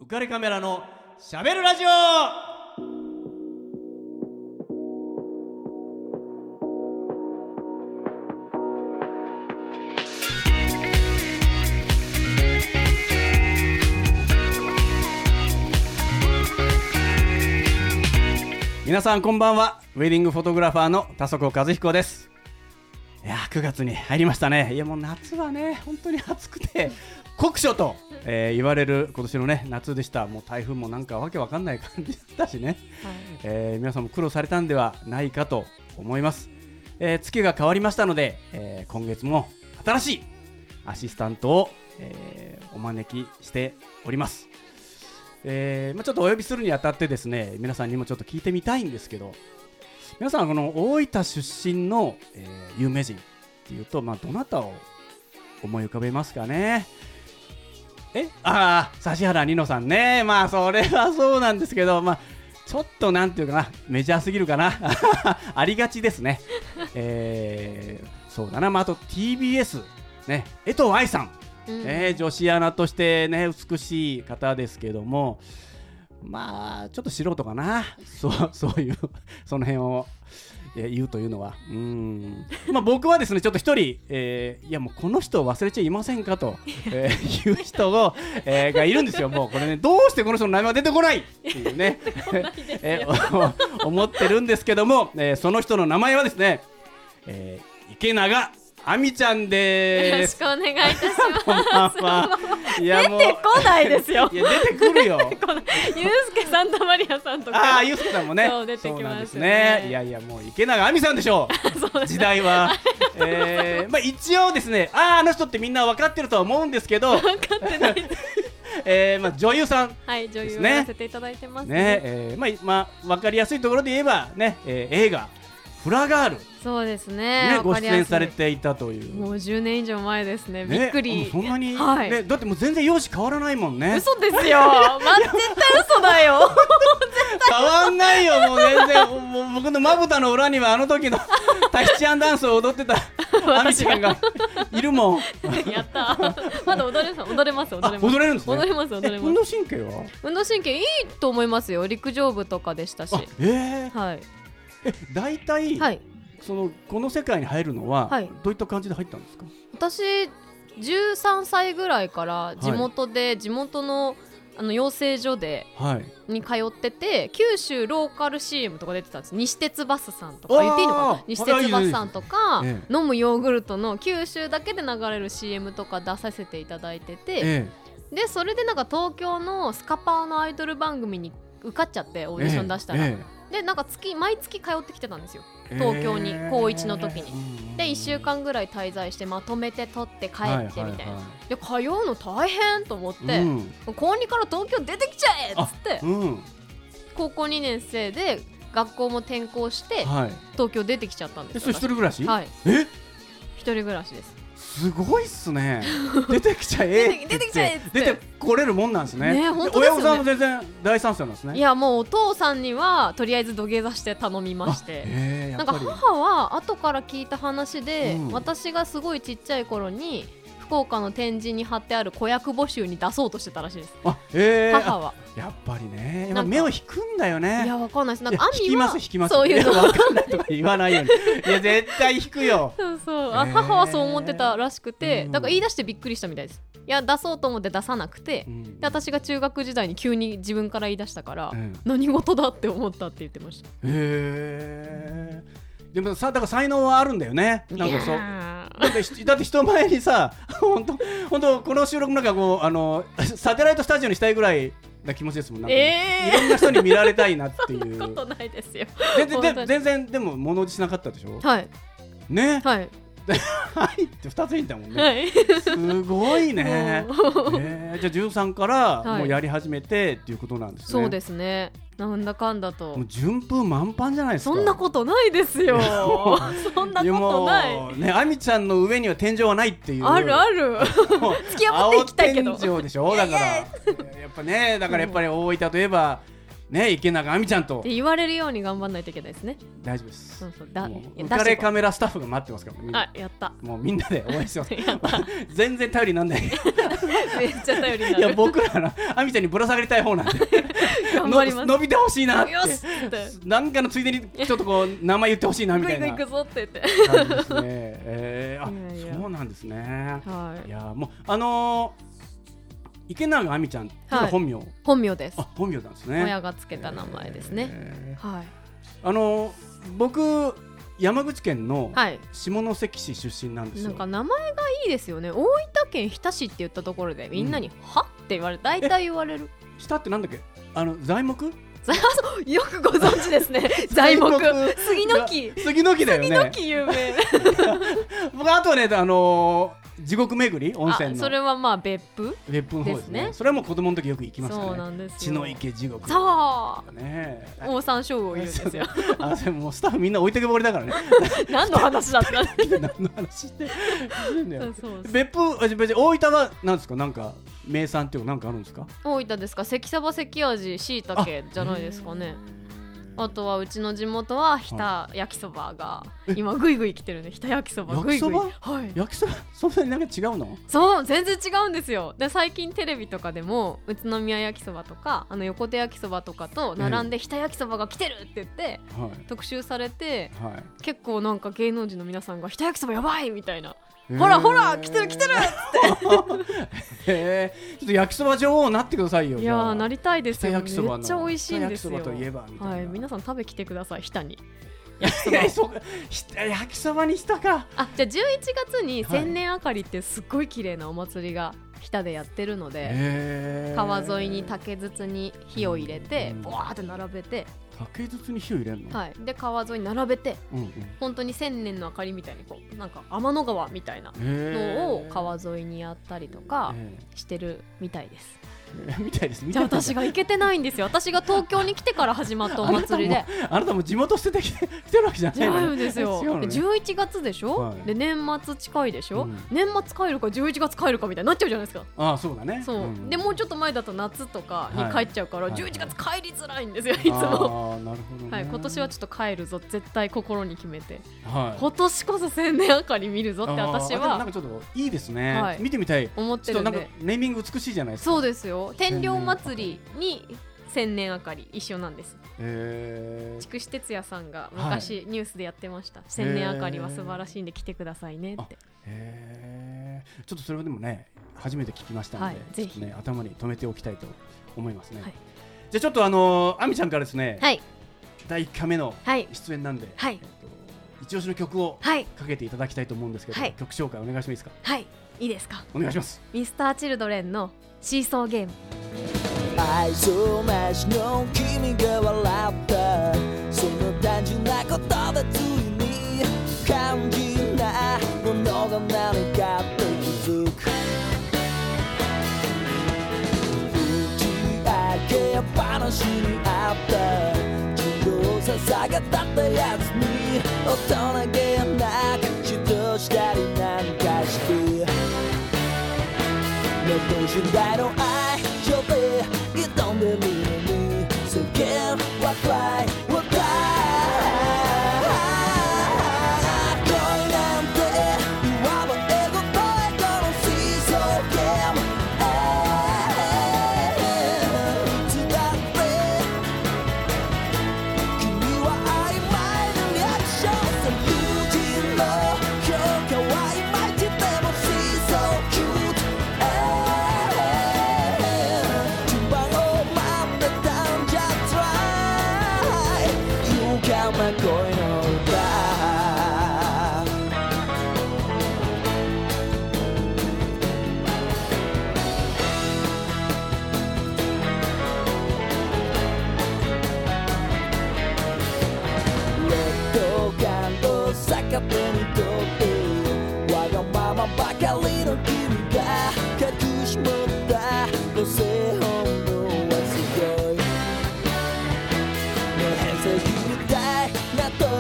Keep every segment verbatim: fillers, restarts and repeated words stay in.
浮かれカメラのしゃべるラジオ。皆さんこんばんは。ウェディングフォトグラファーの田底和彦です。いやくがつに入りましたね。いやもう夏はね本当に暑くて酷暑と、えー、言われる今年のね夏でした。もう台風もなんかわけわかんない感じだったしね、はいえー、皆さんも苦労されたんではないかと思います。えー、月が変わりましたので、えー、今月も新しいアシスタントを、えー、お招きしております。えーまあ、ちょっとお呼びするにあたってですね、皆さんにもちょっと聞いてみたいんですけど、皆さんこの大分出身の、えー、有名人っていうと、まあ、どなたを思い浮かべますかね。えああ指原莉乃さんね。まあそれはそうなんですけど、まあ、ちょっとなんていうかなメジャーすぎるかなありがちですね、えー、そうだな、まあ、あと ティービーエス、ね、江藤愛さんうんね、女子アナとして、ね、美しい方ですけども、まあちょっと素人かな。そう、そういうその辺を言うというのはうーん、まあ、僕はですねちょっと一人、えー、いやもうこの人を忘れちゃいませんかと、えー、いう人を、えー、がいるんですよ。もうこれねどうしてこの人の名前は出てこないっていうねえー、思ってるんですけども、えー、その人の名前はですね、えー、池永あみちゃんです。 よろしくお願いいたしますこんばんは。いやもう出てこないですよ。 いや出てくるよ。 ゆうすけサンタマリアさんとか。 ああゆうすけさんもね。 そう出てきますよね。 そうなんですね。いやいやもう池永あみさんでしょう。時代は。えー、まあ一応ですね、あああの人ってみんな分かってるとは思うんですけど。 分かってないです。 えーまあ、女優さんですね。 はい女優をやらせていただいてますね。 ねえー、まあまあ分かりやすいところで言えばね、えー、映画フラガール。 そうです ね, ねご出演されていたという。 もうじゅうねん以上前ですね。びっくり。 ね、そんなに、 はいね、だってもう全然容姿変わらないもんね。 嘘ですよまあ、絶対嘘だよ変わんないよもう全然もう僕のまぶたの裏にはあの時のタヒチアンダンスを踊ってたあみちゃんがいるもんやったまだ踊れます踊れます踊れます踊れるんですね。 踊れます踊れます。 運動神経は運動神経いいと思いますよ。陸上部とかでしたし。 えー、 はいえ大体、はいそのこの世界に入るのは、はい、どういった感じで入ったんですか。 私じゅうさんさいぐらいから地元で、はい、地元のあの養成所で、はい、に通ってて、九州ローカル シーエム とか出てたんです。西鉄バスさんとか言っていいのかな。西鉄バスさんとか、ええ、飲むヨーグルトの九州だけで流れる シーエム とか出させていただいてて、ええ、でそれでなんか東京のスカパーのアイドル番組に受かっちゃってオーディション出したら、ええでなんか月毎月通ってきてたんですよ東京に、えー、高いちの時に。でいっしゅうかんぐらい滞在してまとめて取って帰ってみたいな、はいはいはい、で通うの大変と思って、うん、高にから東京出てきちゃえっつって、うん、高校にねん生で学校も転校して、はい、東京出てきちゃったんですよ。 それ一人暮らし？ はい、 え一人暮らしです。 すごいっすね。出てきちゃえ出てきちゃえって出てこれるもんなんですね。 ね本当ですよね。 親御さんも全然大賛成なんですね。 いやもうお父さんにはとりあえず土下座して頼みまして、なんか母は後から聞いた話で、うん、私がすごいちっちゃい頃に福岡の天神に貼ってある子役募集に出そうとしてたらしいです。 あ、えー、 母はやっぱりねやっぱ目を引くんだよね。 いやわかんないです。なんか引きます引きます。 そういうのわかんないとか言わないようにいや絶対引くよ。 そうそう、あ、えー、母はそう思ってたらしくて、だから言い出してびっくりしたみたいです。いや出そうと思って出さなくて、うん、で私が中学時代に急に自分から言い出したから、うん、何事だって思ったって言ってました。 へえー、でもさだから才能はあるんだよね。なんかそうだってだって人前にさ本当本当この収録なんかこうあのサテライトスタジオにしたいぐらいな気持ちですもん。なんか、えー、いろんな人に見られたいなっていう。 そんなことないですよ。 全然で全然でも物おじしなかったでしょ。 はいねはいはいってふたつ言ったもんね、はい、すごいね、えー、じゃあじゅうさんからもうやり始めてっていうことなんですね。 そうですね。なんだかんだともう順風満帆じゃないですか。 そんなことないですよそんなことない。 ね、あみちゃんの上には天井はないっていう。 あるある突き破っていきたいけど青天井でしょ。だからやっぱねだからやっぱり大分といえばね、池永亜美ちゃんとって言われるように頑張んないといけないですね。 大丈夫です。 そうそうだもう浮かれカメラスタッフが待ってますから。 あ、やった。 もうみんなで応援してます全然頼りなんないめっちゃ頼りになる。 いや僕らの亜美ちゃんにぶら下がりたい方なんで頑張ります。 伸びてほしいなってよしってなんかのついでにちょっとこう名前言ってほしいなみたいなグイグイ行くぞって言って感じですね。えー、あいやいやそうなんですね。はい、いやもうあのー池永亜美ちゃんっていうのは本名、はい、 本名です。 あ、本名なんですね。 親がつけた名前ですね。えー、はい。 あの僕山口県の下関市出身なんですよ。 なんか名前がいいですよね。大分県日田市って言ったところでみんなに、うん、はって言われ大体言われる。 日田ってなんだっけ？あの材木？ よくご存知ですね。材木、杉の木、 杉の木だよね。 杉の木有名。 僕あとはねあのー地獄巡り温泉のそれはまあ別府別府の方ですね。それはもう子供の時よく行きましたね。 そうなんですよ。 血の池地獄そうね、オオサンショウウオいるんですよ。 あ、でももうスタッフみんな置いてけぼりだからね。 何の話だったの？ 何の話って別府別に大分は何ですか？なんか名産っていうかなんかあるんですか？ 大分ですか？関サバ関味しいたけじゃないですかね。あとはうちの地元は日田焼きそばが今ぐいぐい来てるね。日田焼きそばぐいぐい。 焼きそば？はい。焼きそばそんなになんか違うの？ そう全然違うんですよ。で最近テレビとかでも宇都宮焼きそばとかあの横手焼きそばとかと並んで日田焼きそばが来てるって言って、はい、特集されて、はい、結構なんか芸能人の皆さんが日田焼きそばやばいみたいな。ほらほら来てる来てるってへーちょっと焼きそば女王になってくださいよ。 いやーなりたいですよ。めっちゃ美味しいんですよ。 焼きそばといえばみたいな、 はい、皆さん食べきてください。日田に焼きそば焼きそばにしたか。 あ、じゃあじゅういちがつに千年あかりってすっごい綺麗なお祭りが日田でやってるので、川沿いに竹筒に火を入れてボワーって並べて、 竹筒に火を入れるの？ はい。で川沿いに並べて、うんうん、本当に千年の明かりみたいにこうなんか天の川みたいなのを川沿いにやったりとかしてるみたいです。 みたいです。 じゃあ私が行けてないんですよ。私が東京に来てから始まったお祭りで。 あなたも地元捨ててきて来てるわけじゃないの？ 違うんですよ。ね、じゅういちがつでしょ、はい、で年末近いでしょ、うん、年末帰るかじゅういちがつ帰るかみたいになっちゃうじゃないですか。 ああそうだね。 そう、うん、でもうちょっと前だと夏とかに帰っちゃうから、はい、じゅういちがつ帰りづらいんですよ、はい、いつも。 あなるほど、ね、 はい、今年はちょっと帰るぞ絶対心に決めて、はい、今年こそ千年あかり見るぞって私は。 なんかちょっといいですね、はい、見てみたい。 思ってるんで。 ちょっとなんかネーミング美しいじゃないですか。 そうですよ。天領祭りに千年あかり一緒なんです。筑紫哲也さんが昔ニュースでやってました、はい、千年あかりは素晴らしいんで来てくださいねって。 へちょっとそれはでもね初めて聞きましたので、はい、ぜひ、ね、頭に留めておきたいと思いますね、はい、じゃあちょっとあの亜美ちゃんからですね、はい、だいいっかいめの出演なんで、はいえっと、一押しの曲をかけていただきたいと思うんですけど、はい、曲紹介お願いしてもいいですか？ はい、いいですか？ お願いします。 ミスターチルドレンのシーソーゲーム。 愛想なしの君が笑ったその単純な言葉ついに肝心なものが何かって気づく打ち明け話にあった自動さ捧げたったやつに大人げなく嫉妬したりなんかしてネット時代の愛情で挑んでるのに世間は暗い話題恋なんていわばエゴとエゴのシーソーゲームいつだって君は曖昧なリアクションさ友人の評価はいまいちでもシーソーキュート恋の歌劣等感を逆手にとってわがままばかりの君が隠し持った個性本能はすごいね変性みたいな時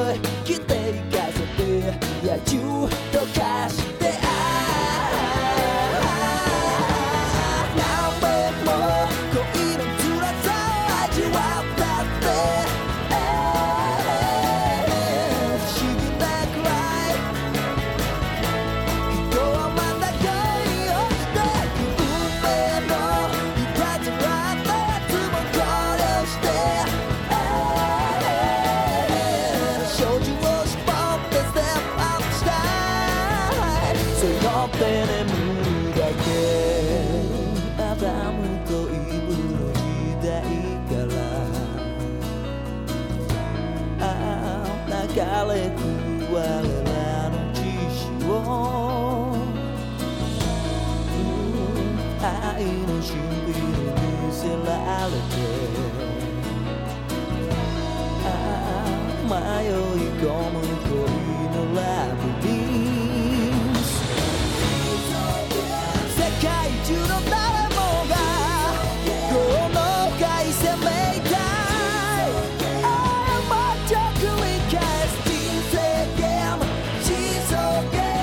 れく我らの知識を愛の神秘に見せられて迷い込む恋のラブリンス世界中の誰もがこの深い生命体もっと繰り返す人生ゲーム真相ゲーム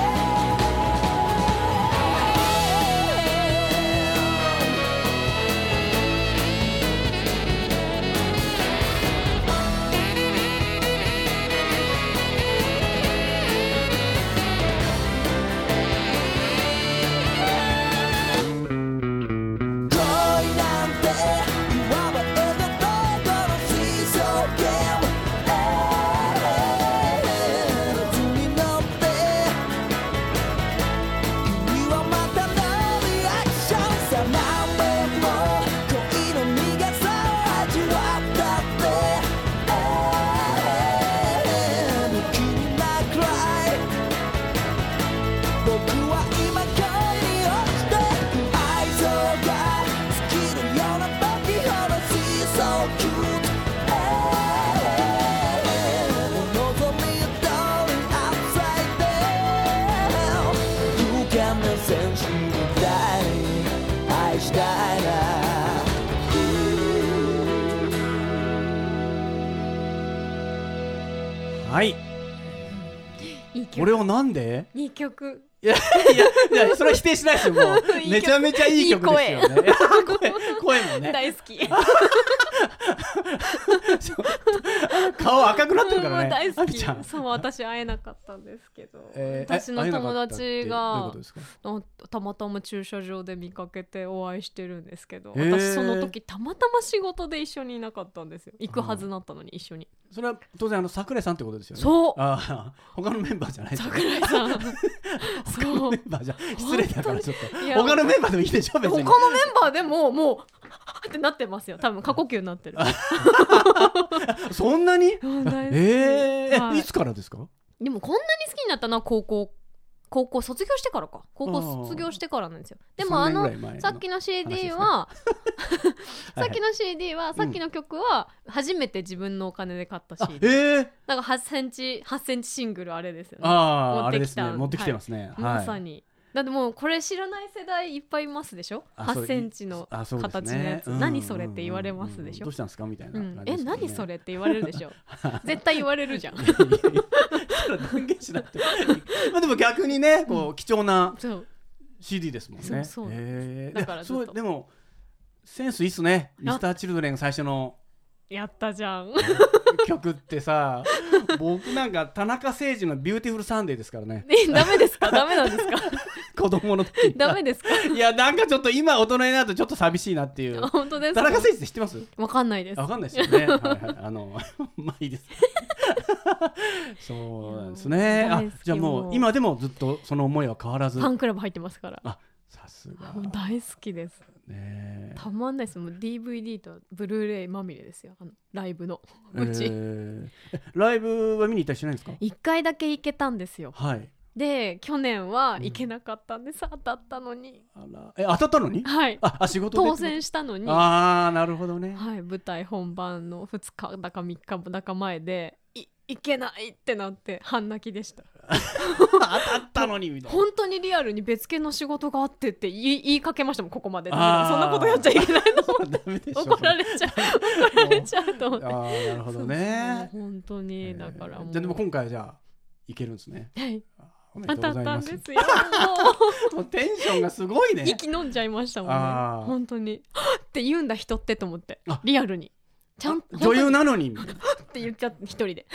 はい。 いい曲。 これをなんで？ いい曲。 いやいやいやそれは否定しないですよ。もうめちゃめちゃいい曲ですよね。いい 声, 声, 声もね大好き。 顔赤くなってるからね。 大好き。 ちゃんそう私会えなかったんですけど、 えー、 私の友達がた, たまたま駐車場で見かけてお会いしてるんですけど、 えー、 私その時たまたま仕事で一緒にいなかったんですよ。行くはずだったのに一緒に。 それは当然あの桜井さんってことですよね。 そう。 あ他のメンバーじゃないですよね。 桜井さん。 他のメンバーじゃ失礼だからちょっと他のメンバーでもいいでしょ別に。 他のメンバーでももうってなってますよ。多分過呼吸になってる。 そんなに？ えーはい、いつからですか？ でもこんなに好きになったのは高校高校卒業してからか。高校卒業してからなんですよ。でもあのさっきの シーディー はさっきの シーディー はさっきの曲は初めて自分のお金で買った シーディー、 えー、 だからはちセンチはちセンチシングルあれですよね。 あああれですね持ってきてますね、 はいはい、まさにだってもうこれ知らない世代いっぱいいますでしょ。はちセンチの形のやつ、ね、何それって言われますでしょ。 どうしたんですかみたいな、うん、 え何それって言われるでしょ。絶対言われるじゃん。 断言しなくてまあでも逆にねこう貴重な シーディー ですもんね。 そうそう、 えー、 だからずっとでもセンスいいっすね。ミスターチルドレン最初のやったじゃん曲ってさ僕なんか田中誠二のビューティフルサンデーですからね。 えダメですか？ダメなんですか？ 子供の時ダメですか？ いやなんかちょっと今大人になるとちょっと寂しいなっていう。 本当ですか？ 田中誠二って知ってます？ わかんないです。 わかんないですよね。はいはい、あのまあいいですそうなんですね。あじゃあもう今でもずっとその思いは変わらずファンクラブ入ってますから。 あさすが大好きですね。 たまんないです。もう ディーブイディー とブルーレイまみれですよ。あのライブのうち、 えー、ライブは見に行ったりしないんですか？ いっかいだけ行けたんですよ。 はい。 で去年は行けなかったんです、うん、当たったのに。 あらえ当たったのに？ はい。 ああ仕事で当選したのに。 ああなるほどね。 はい。舞台本番のふつかだかみっかだか前でいいけないってなって半泣きでした当たったのにみたいな。 本当にリアルに別件の仕事があってって言い、言いかけましたもん。ここまでそんなことやっちゃいけないと思って怒られちゃう怒られちゃうと思ってああなるほどね。 本当にだからもう、 えー、じゃあでも今回はじゃあいけるんですね。 はい。 当たったんですよ。 もうテンションがすごいね。 息飲んじゃいましたもんね。本当にって言うんだ人ってと思ってリアルにちゃんと女優なのにって言っちゃって一人で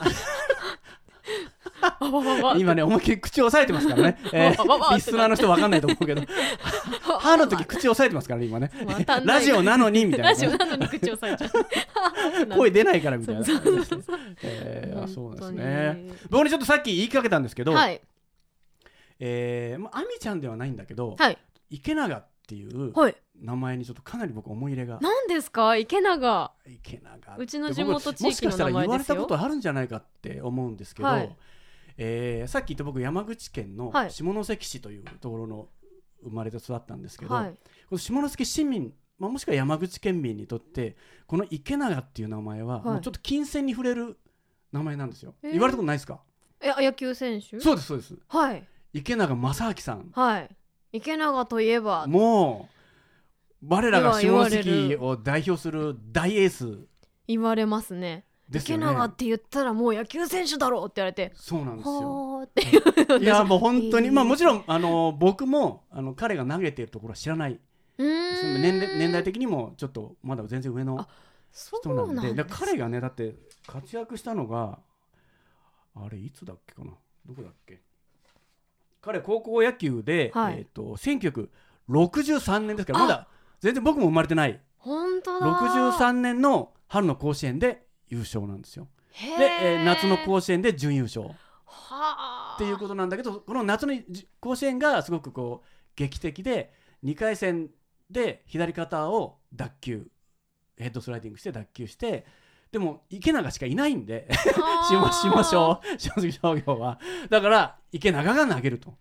今ね思いっきり口を押さえてますからね、えー、リスナーの人分かんないと思うけど歯の時口を押さえてますからね今ねラジオなのにみたいな、ね、 ラジオなのに口を押さえちゃう声出ないからみたいな。 そうそうそうえー、そうですね。僕にちょっとさっき言いかけたんですけど、 はい、 えーまあ、アミちゃんではないんだけど、 はい、 池永っっていうはい名前にちょっとかなり僕思い入れが。 何ですか池永。 池永うちの地元地域の名前ですよ。 もしかしたら言われたことあるんじゃないかって思うんですけど、はい、えー、さっき言った僕山口県の下関市というところの生まれて育ったんですけど、はい、この下関市民、まあ、もしくは山口県民にとってこの池永っていう名前はもうちょっと金銭に触れる名前なんですよ、はい、言われたことないですか？ えー、野球選手？そうですそうです、 はい、 池永正明さん、 はい、池永といえばもう我らが下関を代表する大エース言われますね。池永って言ったらもう野球選手だろうって言われて、 そうなんですよっていやもう本当に、まあ、もちろんあの僕もあの彼が投げているところは知らない、うーん、年齢、年代的にもちょっとまだ全然上の人なん で, なんで彼がねだって活躍したのがあれいつだっけかな、どこだっけ、彼高校野球で、はい、えー、とせんきゅうひゃくろくじゅうさんねんですからまだ全然僕も生まれてない。 本当だ、 ろくじゅうさんねんの春の甲子園で優勝なんですよ。で、えー、夏の甲子園で準優勝っていうことなんだけど、この夏の甲子園がすごくこう劇的でにかい戦で左肩を脱臼ヘッドスライディングして脱臼して、でも池永しかいないんで下下商下関商業はだから池永が投げると。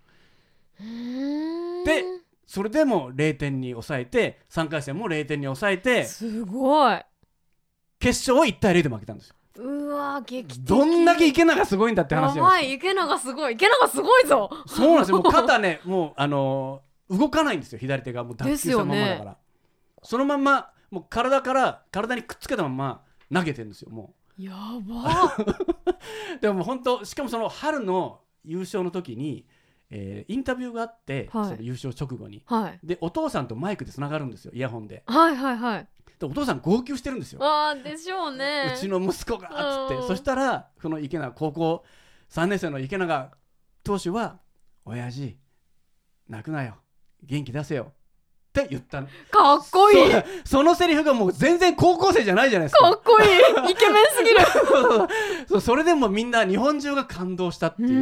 でそれでもれいてんに抑えてさんかい戦もれいてんに抑えてすごい決勝をいちたいゼロで負けたんですよ。 うわ劇的。 どんだけ池永すごいんだって話なんですよ。 やばい、池永すごい、池永すごいぞ。 そうなんですよ。もう肩ねもうあのー、動かないんですよ、左手がもう脱臼したままだから、ね、そのまんまもう体から体にくっつけたまま投げてるんですよ。もうやばでも本当しかもその春の優勝の時に、えー、インタビューがあって、はい、その優勝直後に、はい、でお父さんとマイクでつながるんですよ、イヤホンで。 はいはいはい。 でお父さん号泣してるんですよ。 あーでしょうね、 うちの息子がっつって、そしたらこの池永高校さんねん生の池永投手は親父泣くなよ元気出せよって言った。 かっこいい。 そ, そのセリフがもう全然高校生じゃないじゃないですか。 かっこいいイケメンすぎるそうそれでもみんな日本中が感動したっていう、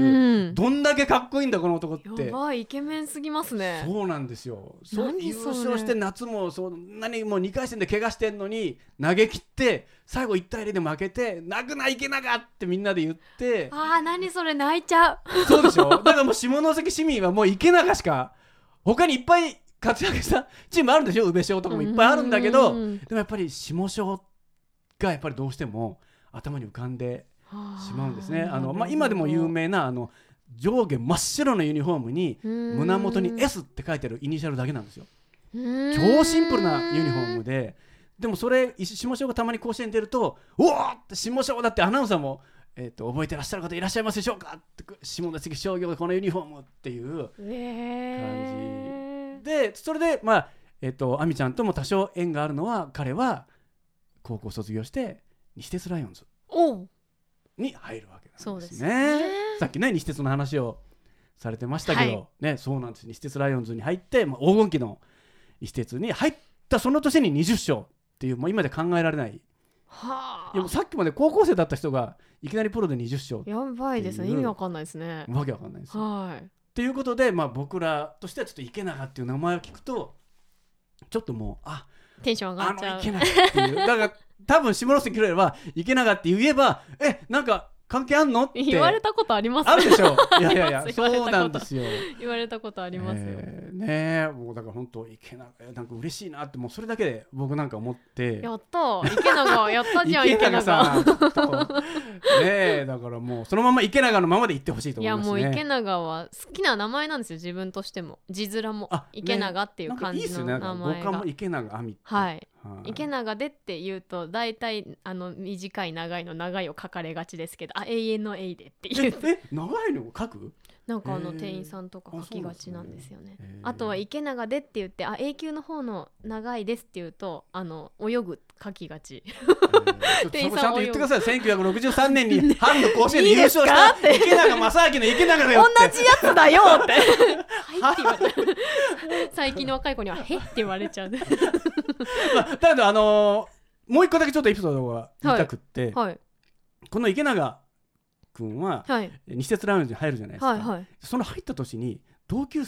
うん、どんだけかっこいいんだこの男って。 やばいイケメンすぎますね。 そうなんですよ。そう優勝して夏もそんなにもうにかい戦で怪我してんのに投げ切って最後いちたいゼロで負けて泣くな池永ってみんなで言って、 あー何それ泣いちゃうそうでしょ。だからもう下関市民はもう池永しか他にいっぱい活躍したチームあるんでしょ、宇部商とかもいっぱいあるんだけど、でもやっぱり下商がやっぱりどうしても頭に浮かんでしまうんですね。あの、まあ、今でも有名なあの上下真っ白のユニフォームに胸元に エス って書いてあるイニシャルだけなんですよ。超シンプルなユニフォームで、でもそれ下商がたまに甲子園出るとおーって下商だってアナウンサーもえー、と覚えてらっしゃる方いらっしゃいますでしょうかって下関商業このユニフォームっていう感じ、えー、でそれでまあえー、と亜美ちゃんとも多少縁があるのは彼は高校卒業して西鉄ライオンズに入るわけなんですね。そうですね。さっきね西鉄の話をされてましたけど、はいね、そうなんです。西鉄ライオンズに入って、まあ、黄金期の西鉄に入ったその年ににじゅっしょうっていう、まあ、今で考えられないはあ、いやもうさっきまで高校生だった人がいきなりプロでにじゅっしょうやばいですね。意味わかんないですね。 わけわかんないですよ。はい。っていうことで、まあ、僕らとしてはちょっと池永っていう名前を聞くとちょっともうあテンション上がっちゃう。あの池永っていうだから多分下関くらいは池永って言えばえなんか関係あんのって言われたことあります。 あるでしょ。いやいやいやそうなんですよ。 言われたことありますよ、 えー、ねえもうだから本当池永なんか嬉しいなってもうそれだけで僕なんか思ってやった池永やったじゃん池永さんねえだからもうそのまま池永のままで言ってほしいと思いますね。 いやもう池永は好きな名前なんですよ。自分としても字面も池永っていう感じの名前が、ね、いいっすね。僕はも池永亜美ってはい、はい、池永でって言うと大体あの短い長いの長いを書かれがちですけどあ永遠の永でっていうえ長いのを書くなんかあの店員さんとか書きがちなんですよね。 あ, あとは池永でって言ってあ永久の方の長いですって言うとあの泳ぐ書きがち、えー、店員さんちゃんと言ってください。せんきゅうひゃくろくじゅうさんねんに春の甲子園で優勝した池永正明の池永だよって同じやつだよってはいって言われて最近の若い子にはへって言われちゃう、まあ、だけどあのー、もう一個だけちょっとエピソードが言いたくって、はいはい、この池永君は、はい、西鉄ライオンズに入るじゃないですか、はいはい、その入った年に同級生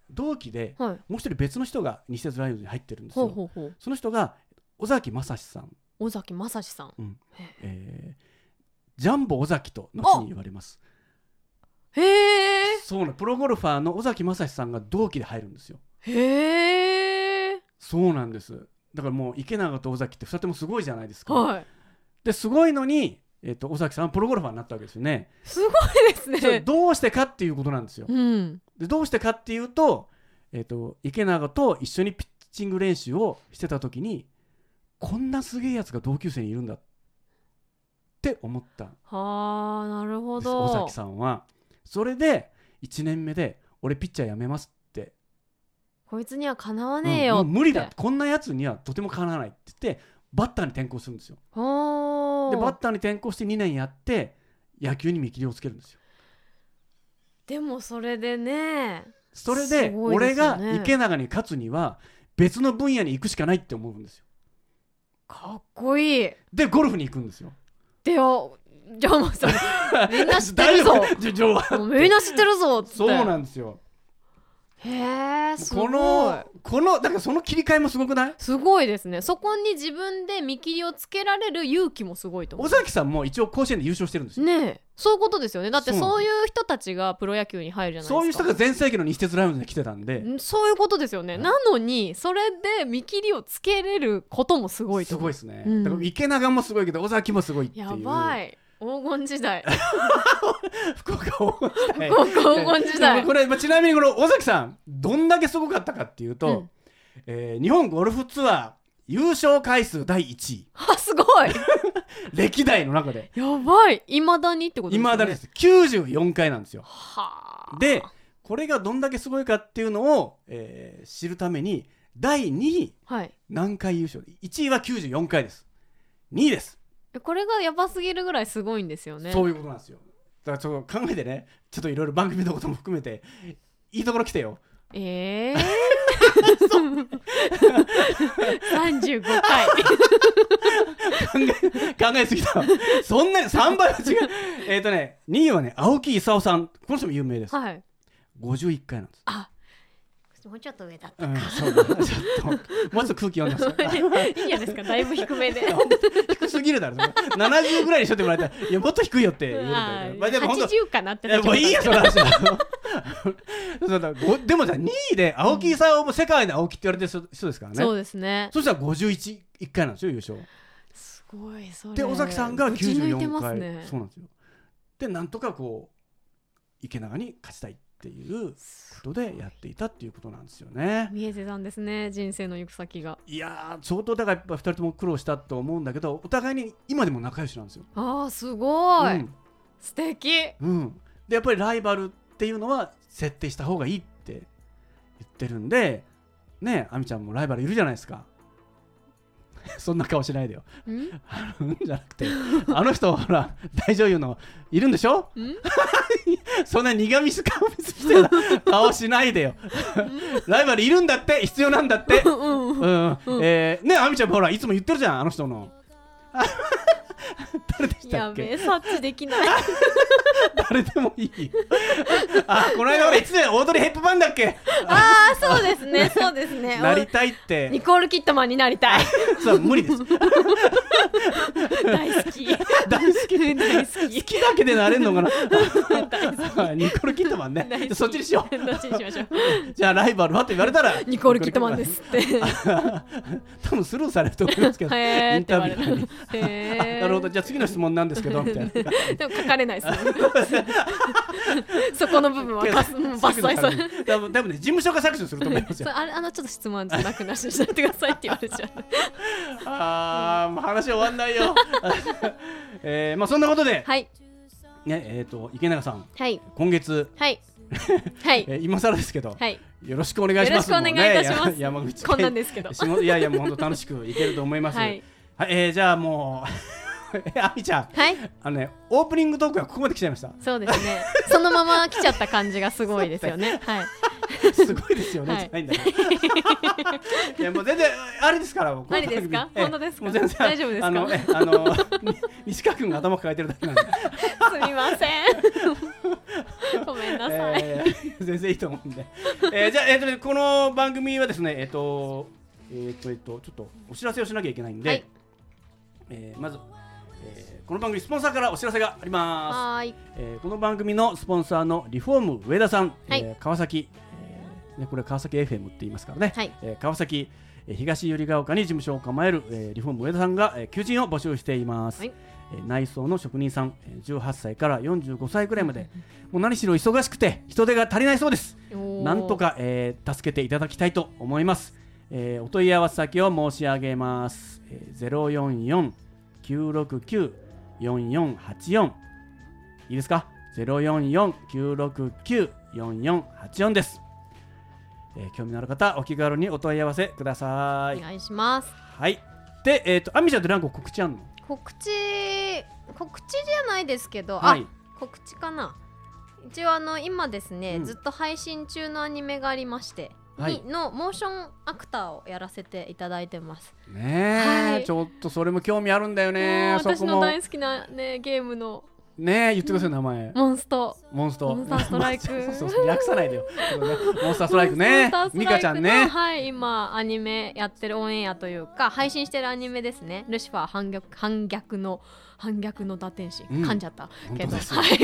同期で、 はい、 もう一人別の人が西鉄ライオンズに入ってるんですよ。 ほうほうほう。 その人が尾崎正史さん、 尾崎正史さん、 うんえー、ジャンボ尾崎と後に言われます。 へえ。 そうな、プロゴルファーの尾崎正史さんが同期で入るんですよ。 へえ。 そうなんです。だからもう池永と尾崎ってふたりともすごいじゃないですか、 はい、 ですごいのに、えー、と尾崎さんはプロゴルファーになったわけですよね。 すごいですね。 それどうしてかっていうことなんですよ、 うん、 でどうしてかっていうと、えー、と池永と一緒にピッチング練習をしてた時にこんなすげえやつが同級生にいるんだって思ったんです。 はあ、なるほど。 尾崎さんはそれでいちねんめで俺ピッチャーやめますって、 こいつにはかなわねえよって、 うん、もう無理だ、こんなやつにはとてもかなわないって言ってバッターに転向するんですよ。でバッターに転向してにねんやって野球に見切りをつけるんですよ。 でもそれでね、 それで俺が池永に勝つには別の分野に行くしかないって思うんですよ。 かっこいい。 でゴルフに行くんですよ。 でよ、じゃあもうそれみんな知ってるぞみんな知ってるぞって。 そうなんですよ。 へえ、すごい。 このこのだからその切り替えもすごくない？ すごいですね。そこに自分で見切りをつけられる勇気もすごいと思う。 尾崎さんも一応甲子園で優勝してるんですよねえ、そういうことですよね。だってそういう人たちがプロ野球に入るじゃないですか。 そういう人が全盛期の西鉄ライオンズに来てたんで、 そういうことですよね、はい、なのにそれで見切りをつけれることもすごいと思う。 すごいですね、 うん、 だから池永もすごいけど尾崎もすごいっていう。 やばい、黄金時代福岡黄金時代福岡黄金時代これ、まあ、ちなみにこの尾崎さんどんだけすごかったかっていうと、うんえー、日本ゴルフツアー優勝回数だいいちい。 あ、すごい歴代の中でやばい、いまだにってことですね。 いまだにですきゅうじゅうよんかいなんですよ。 はあ。 でこれがどんだけすごいかっていうのを、えー、知るためにだいにい、はい、何回優勝、いちいはきゅうじゅうよんかいです、にいです。 これがやばすぎるぐらいすごいんですよね。 そういうことなんですよ。だからちょっと考えてね、ちょっといろいろ番組のことも含めていいところ来てよ。 えーさんじゅうごかい考え、考えすぎた。そんなにさんばいは違う。えっとねにいはね青木功さん、この人も有名です、はい、ごじゅういっかいなんです。 あ、もうちょっと上だったか、 うん、そうだちょっともうちょっと空気読んでますいいじゃないですか、だいぶ低めで低すぎるだろななじゅうぐらいにしとってもらいたい。いやもっと低いよって言えるんだけど、まあ、でもはちじゅうかなってなっちゃった。 もういいやその話そうだ。でもじゃあにいで青木さんも世界の青木って言われてる人ですからね。 そうですね。 そしたらごじゅういちかいなんですよ優勝。 すごい。それで尾崎さんがきゅうじゅうよんかい、 ね、 そうなんですよ。でなんとかこう池永に勝ちたいっていうことでやっていたっていうことなんですよね。 見えてたんですね、人生の行く先が。 いやー相当だからやっぱふたりとも苦労したと思うんだけど、お互いに今でも仲良しなんですよ。 あーすごい、うん、素敵、 うん、でやっぱりライバルっていうのは設定した方がいいって言ってるんでね。あみちゃんもライバルいるじゃないですかそんな顔しないでよ。んあのじゃなくてあの人ほら大女優のいるんでしょんそんな苦みす顔してた顔しないでよライバルいるんだって、必要なんだってうんうん、うん、えー、ねあみちゃんほらいつも言ってるじゃん、あの人の誰でしたっけ。 やべえ、察知できない誰でもいいあ、この間俺いつでオードリー・ヘップバーンだっけああそうですねそうですねなりたいってニコール・キットマンになりたいそう無理です大好き大好き大好き好きだけでなれるのかな大好きニコール・キットマンね、そっちにしようどっちにしましょうじゃあライバルはって言われたらニコール・キットマンですって多分スルーされると思いますけどインタビューにへなるほど、じゃあ次の質問なんですけどみたいなでも書かれないですねそこの部分は伐採され多分ね事務所が削除すると思いますよあれ、あのちょっと質問じゃなくなしにしないでくださいって言われちゃうあーもう話終わんないよえー、まあそんなことで、 はいねえー、と池永さん、 はい、 今月、 はいはいえー、今更ですけど、はい、よろしくお願いします。 よろしくお願いいたします、 ね、山口こんなんですけどいやいやもう本当楽しくいけると思います、はいはい、えー、じゃあもうあみちゃん、 はい、 あのね、オープニングトークがここまで来ちゃいました。 そうですねそのまま来ちゃった感じがすごいですよねはいすごいですよね、はい、じゃないんだよいやもう全然あれですから。 何ですか、本当ですか、 もう全然大丈夫ですか。 あのえあの西川君が頭抱えてるだけなんですみませんごめんなさい、 えー、全然いいと思うんで、えー、じゃあ、えー、とこの番組はですねえっ、ー、とえっ、ー、とえっ、ー、とちょっとお知らせをしなきゃいけないんで、はい、えー、まず、えー、この番組スポンサーからお知らせがあります。 はい、 えー、この番組のスポンサーのリフォーム上田さん、 はい、 えー、川崎、えーね、これ川崎 エフエム って言いますからね、 はい、 えー、川崎東百合ヶ丘に事務所を構える、えー、リフォーム上田さんが、えー、求人を募集しています。はい、えー、内装の職人さん、じゅうはっさいからよんじゅうごさいくらいまで、もう何しろ忙しくて人手が足りないそうです。なんとか、えー、助けていただきたいと思います。えー、お問い合わせ先を申し上げます。えー、ゼロよんよん きゅうろくきゅう よんよんはちよん、いいですか？ ゼロよんよん きゅうろくきゅう よんよんはちよん です。えー、興味のある方お気軽にお問い合わせください。 お願いします。 はい。で、えっ、ー、とアミちゃんって何個告知あんの？ 告知告知じゃないですけど、 はい、 あ、告知かな。一応あの今ですね、 うん、 ずっと配信中のアニメがありまして、はい、のモーションアクターをやらせていただいてますねえ、はい、ちょっとそれも興味あるんだよね。 私の大好きな、ね、ゲームのねえ、言ってください、名前。 モンストモンストモンスターストライクそうそう略さないでよモンスターストライクね、ミカちゃんね。 はい、今アニメやってるオンエアというか配信してるアニメですね。ルシファー反逆反逆の反逆の打天使、うん、噛んじゃったけど、はい、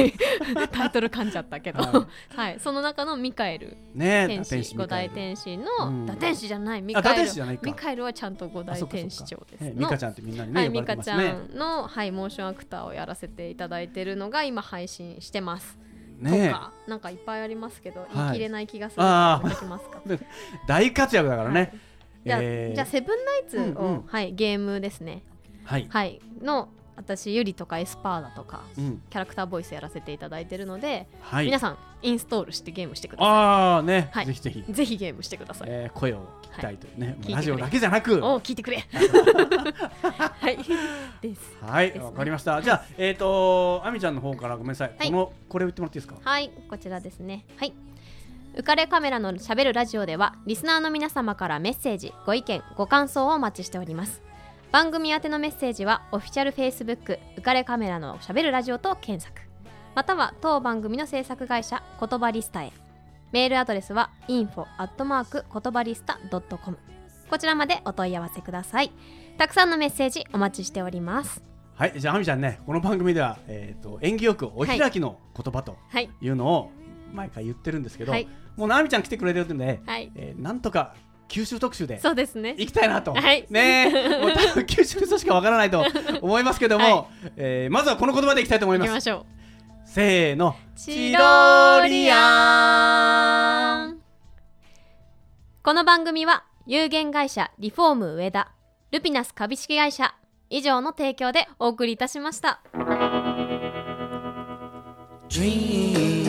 タイトル噛んじゃったけど、はいはい、その中のミカエル、ね、天使五大天使の、うん、打天使じゃないミカエル、ミカエルはちゃんと五大天使長ですの、 ミカちゃんってみんなにね、 はい、 呼ばれてますね。 ミカちゃんの、はい、モーションアクターをやらせていただいてるのが今配信してます。ね、とかなんかいっぱいありますけど、はい、言い切れない気がするので、できますか？ 大活躍だからね。はい、 じゃあ、えー、じゃあセブンナイツを、うんうん、はい、ゲームですね。はい、はい、の私ユリとかエスパーダとか、うん、キャラクターボイスやらせていただいてるので、はい、皆さんインストールしてゲームしてください。 ああね、 はい、 ぜひぜひぜひゲームしてください。 えー、声を聞きたいというね、はい、ラジオだけじゃなく、 お聞いてくれはいですはいわ、ね、かりました。はい、じゃあえっ、ー、とアミちゃんの方からごめんなさい、はい、このこれを言ってもらっていいですか？ はい、こちらですね。はい、浮かれカメラのしゃべるラジオではリスナーの皆様からメッセージご意見ご感想をお待ちしております。番組宛てのメッセージはオフィシャル Facebook 浮かれカメラのしゃべるラジオと検索、または当番組の制作会社言葉リスタへ。メールアドレスは インフォ アットマーク 言葉リスタ ドットコム、 こちらまでお問い合わせください。たくさんのメッセージお待ちしております。 はい、じゃああみちゃんね、この番組では、えー、と縁起よくお開きの言葉というのを毎回言ってるんですけど、はい、もうあみちゃん来てくれてるんで、はい、えー、なんとか九州特集でそうですね、 行きたいなと、 はい、 ねもう多分九州の人しかわからないと思いますけども、はい、えー、まずはこの言葉でいきたいと思います。 行きましょう。 せーの、 チロリアン。この番組は有限会社リフォーム上田、ルピナス株式会社以上の提供でお送りいたしました。Dream